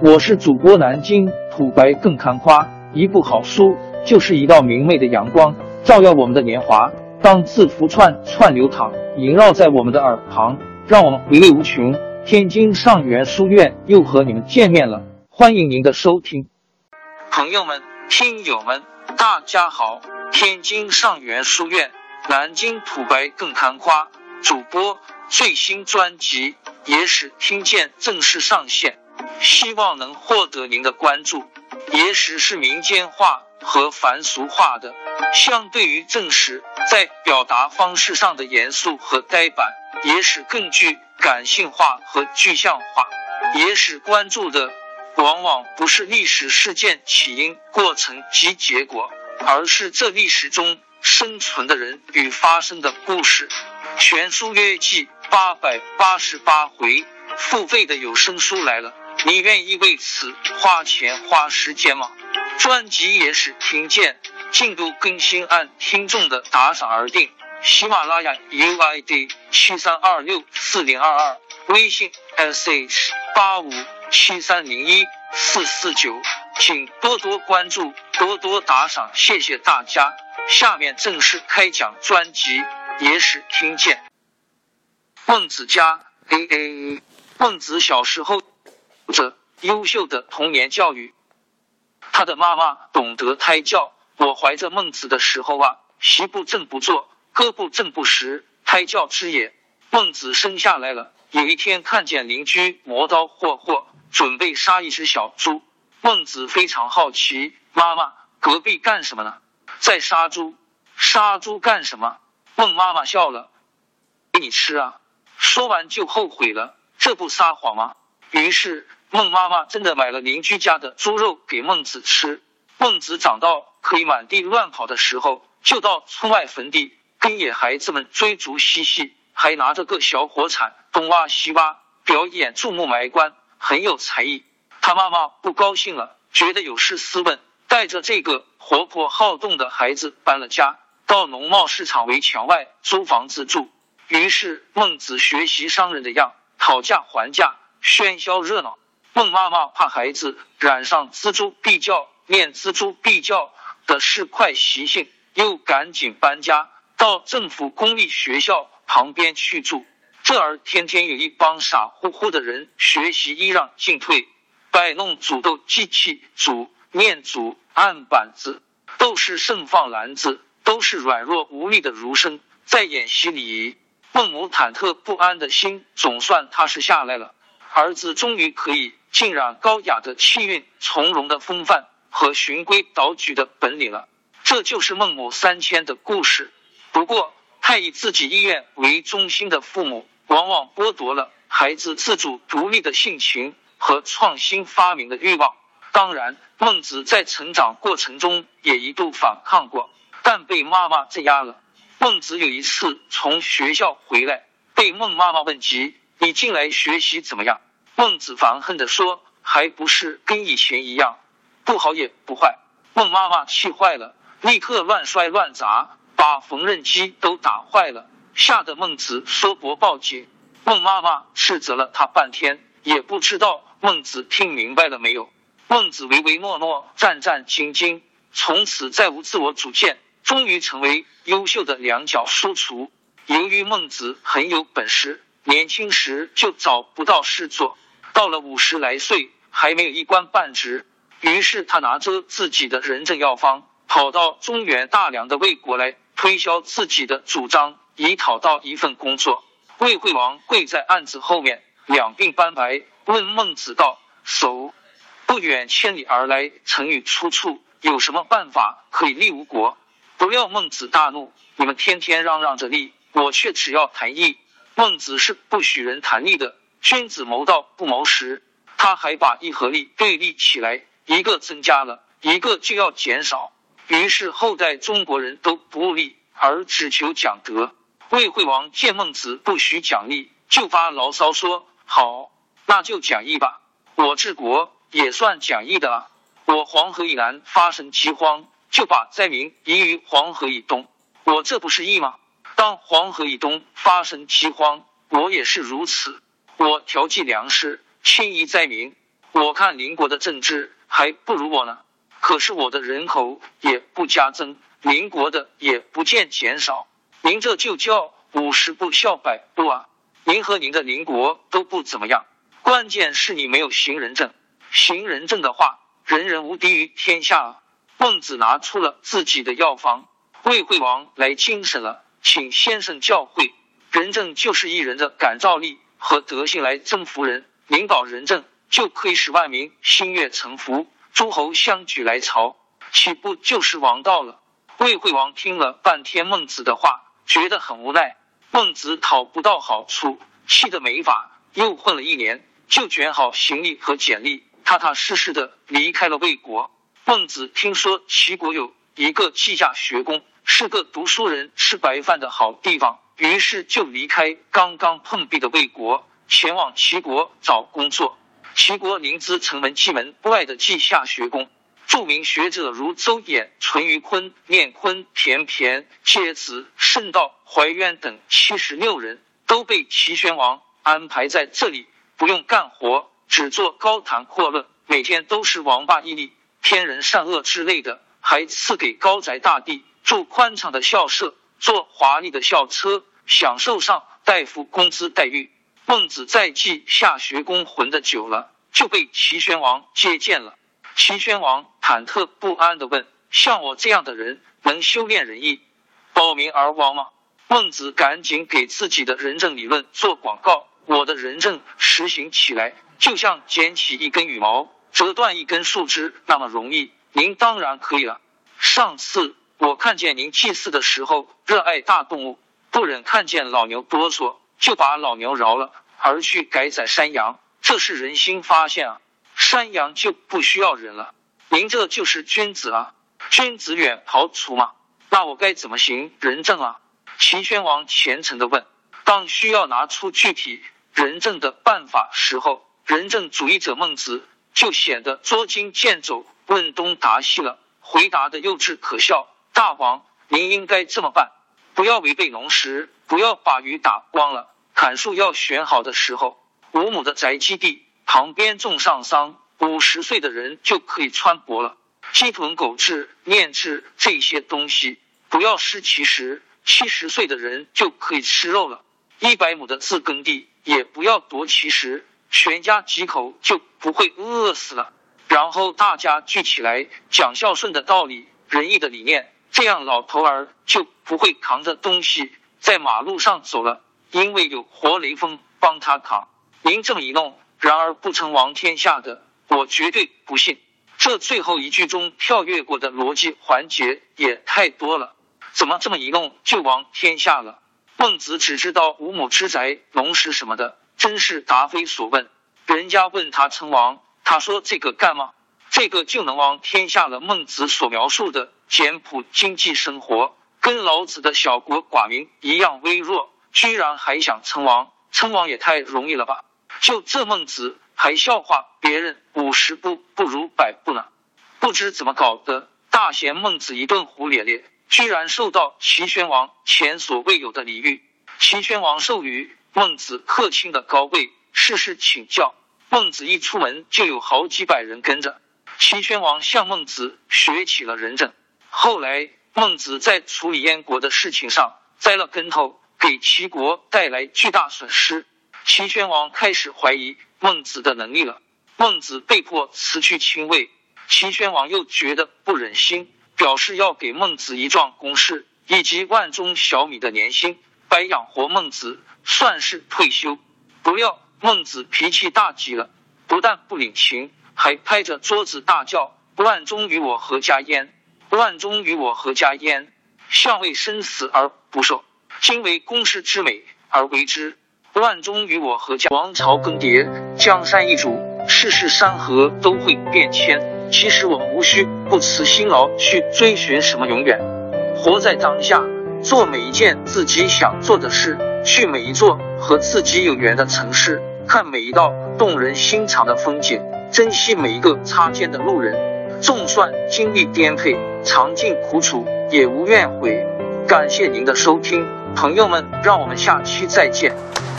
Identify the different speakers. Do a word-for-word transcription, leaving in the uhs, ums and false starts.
Speaker 1: 我是主播南京土白更看花。一部好书就是一道明媚的阳光，照耀我们的年华。当字符串串流淌，萦绕在我们的耳旁，让我们回味无穷。天津上元书院又和你们见面了，欢迎您的收听。
Speaker 2: 朋友们、听友们，大家好！天津上元书院，南京土白更看花主播最新专辑《野史听见》正式上线，希望能获得您的关注。野史是民间化和凡俗化的，相对于正史在表达方式上的严肃和呆板，野史更具感性化和具象化。野史关注的往往不是历史事件起因、过程及结果，而是这历史中生存的人与发生的故事。全书约计八百八十八回，付费的有声书来了，你愿意为此花钱花时间吗？专辑也是听见，进度更新按听众的打赏而定。喜马拉雅 U I D 七三二六四零二二，微信 S H 八五七三零一四四九，请多多关注，多多打赏，谢谢大家。下面正式开讲专辑，也是听见。孟子家 A A， 孟子小时候着优秀的童年教育，他的妈妈懂得胎教。我怀着孟子的时候啊，席不正不坐，歌不正不食，胎教之也。孟子生下来了，有一天看见邻居磨刀霍霍，准备杀一只小猪。孟子非常好奇，妈妈，隔壁干什么呢？在杀猪。杀猪干什么？孟妈妈笑了，给你吃啊。说完就后悔了，这不撒谎吗？于是孟妈妈真的买了邻居家的猪肉给孟子吃。孟子长到可以满地乱跑的时候，就到村外坟地跟野孩子们追逐嬉戏，还拿着个小火铲东挖西挖，表演注目埋关，很有才艺。他妈妈不高兴了，觉得有事私问，带着这个活泼好动的孩子搬了家，到农贸市场围墙外租房子住。于是孟子学习商人的样，讨价还价，喧嚣热闹。孟妈妈怕孩子染上锱铢必较、念锱铢必较的市侩习性，又赶紧搬家到政府公立学校旁边去住。这儿天天有一帮傻乎乎的人学习揖让进退，摆弄煮豆机器，煮念煮按板子，都是盛放篮子，都是软弱无力的儒生在演习礼仪。孟母忐忑不安的心总算踏实下来了，儿子终于可以浸染高雅的气韵、从容的风范和循规蹈矩的本领了。这就是孟母三迁的故事。不过太以自己意愿为中心的父母，往往剥夺了孩子自主独立的性情和创新发明的欲望。当然，孟子在成长过程中也一度反抗过，但被妈妈镇压了。孟子有一次从学校回来，被孟妈妈问及，你进来学习怎么样？孟子烦恨地说，还不是跟以前一样，不好也不坏。孟妈妈气坏了，立刻乱摔乱砸，把缝纫机都打坏了，吓得孟子说博报警。孟妈妈斥责了他半天，也不知道孟子听明白了没有。孟子唯唯诺诺，战战兢兢，从此再无自我主见，终于成为优秀的两脚书厨。由于孟子很有本事，年轻时就找不到事做，到了五十来岁还没有一官半职，于是他拿着自己的仁政药方，跑到中原大梁的魏国来推销自己的主张，以讨到一份工作。魏惠王跪在案子后面，两鬓斑白，问孟子道，叟不远千里而来，成语出处，有什么办法可以利吴国？不料孟子大怒，你们天天嚷嚷着利，我却只要谈义。孟子是不许人谈利的，君子谋道不谋食。他还把义和利对立起来，一个增加了，一个就要减少。于是后代中国人都不务利，而只求讲德。魏惠王见孟子不许讲利，就发牢骚说，好，那就讲义吧，我治国也算讲义的啊。我黄河以南发生饥荒，就把灾民移于黄河以东，我这不是义吗？当黄河以东发生饥荒，我也是如此，我调剂粮食，迁移灾民， 我看邻国的政治还不如我呢，可是我的人口也不加增，邻国的也不见减少，您这就叫五十步笑百步啊！您和您的邻国都不怎么样，关键是你没有行人证，行人证的话，人人无敌于天下啊！孟子拿出了自己的药方，魏惠王来京审了，请先生教诲。人证就是一人的感召力和德性来征服人，领导人证就可以使万民心悦诚服，诸侯相举来朝，岂不就是王道了？魏惠王听了半天孟子的话，觉得很无奈，孟子讨不到好处，气得没法，又混了一年，就卷好行李和简历，踏踏实实的离开了魏国。孟子听说齐国有一个稷下学宫，是个读书人吃白饭的好地方，于是就离开刚刚碰壁的魏国，前往齐国找工作。齐国临淄城门蓟门外的稷下学宫，著名学者如邹衍、淳于髡、念髡、田骈、介子、慎道、怀渊等七十六人都被齐宣王安排在这里，不用干活，只做高谈阔论，每天都是王霸屹立、天人善恶之类的，还赐给高宅大地，住宽敞的校舍，坐华丽的校车，享受上大夫工资待遇。孟子在稷下学宫混得久了，就被齐宣王接见了。齐宣王忐忑不安地问：像我这样的人能修炼仁义，保民而亡吗？孟子赶紧给自己的仁政理论做广告：我的仁政实行起来，就像捡起一根羽毛，折断一根树枝那么容易，您当然可以了。上次我看见您祭祀的时候热爱大动物，不忍看见老牛哆嗦，就把老牛饶了，而去改宰山羊，这是人心发现啊，山羊就不需要人了。您这就是君子啊，君子远庖厨嘛。那我该怎么行仁政啊？齐宣王虔诚地问。当需要拿出具体仁政的办法时候，仁政主义者孟子就显得捉襟见肘，问东答西了，回答的幼稚可笑。大王，您应该这么办，不要违背农时，不要把鱼打光了，砍树要选好的时候，五亩的宅基地旁边种上桑，五十岁的人就可以穿帛了。鸡豚狗彘、念智这些东西不要失其时，七十岁的人就可以吃肉了。一百亩的自耕地也不要夺其时，全家几口就不会饿死了。然后大家聚起来讲孝顺的道理、仁义的理念，这样老头儿就不会扛着东西在马路上走了，因为有活雷锋帮他扛。您这么一弄，然而不成王天下的，我绝对不信。这最后一句中跳跃过的逻辑环节也太多了，怎么这么一弄就王天下了？孟子只知道五亩之宅、农时什么的，真是答非所问。人家问他称王，他说这个干吗？这个就能王天下了。孟子所描述的简朴经济生活，跟老子的小国寡民一样微弱，居然还想称王，称王也太容易了吧？就这孟子还笑话别人五十步不如百步呢，不知怎么搞的，大贤孟子一顿胡咧咧，居然受到齐宣王前所未有的礼遇。齐宣王授予孟子客卿的高位，事事请教。孟子一出门就有好几百人跟着。齐宣王向孟子学起了仁政。后来孟子在处理燕国的事情上栽了跟头，给齐国带来巨大损失。齐宣王开始怀疑孟子的能力了。孟子被迫辞去亲位，齐宣王又觉得不忍心，表示要给孟子一状公事以及万钟小米的年薪，白养活孟子，算是退休。不料孟子脾气大极了，不但不领情，还拍着桌子大叫：万钟与我何家焉？万钟与我何家焉？相为生死而不受，今为公事之美而为之。万钟与我何家？王朝更迭，江山易主，世事山河都会变迁。其实我们无需不辞辛劳去追寻什么永远，活在当下，做每一件自己想做的事，去每一座和自己有缘的城市，看每一道动人心肠的风景，珍惜每一个擦肩的路人。纵算经历颠沛，尝尽苦楚，也无怨悔。感谢您的收听，朋友们，让我们下期再见。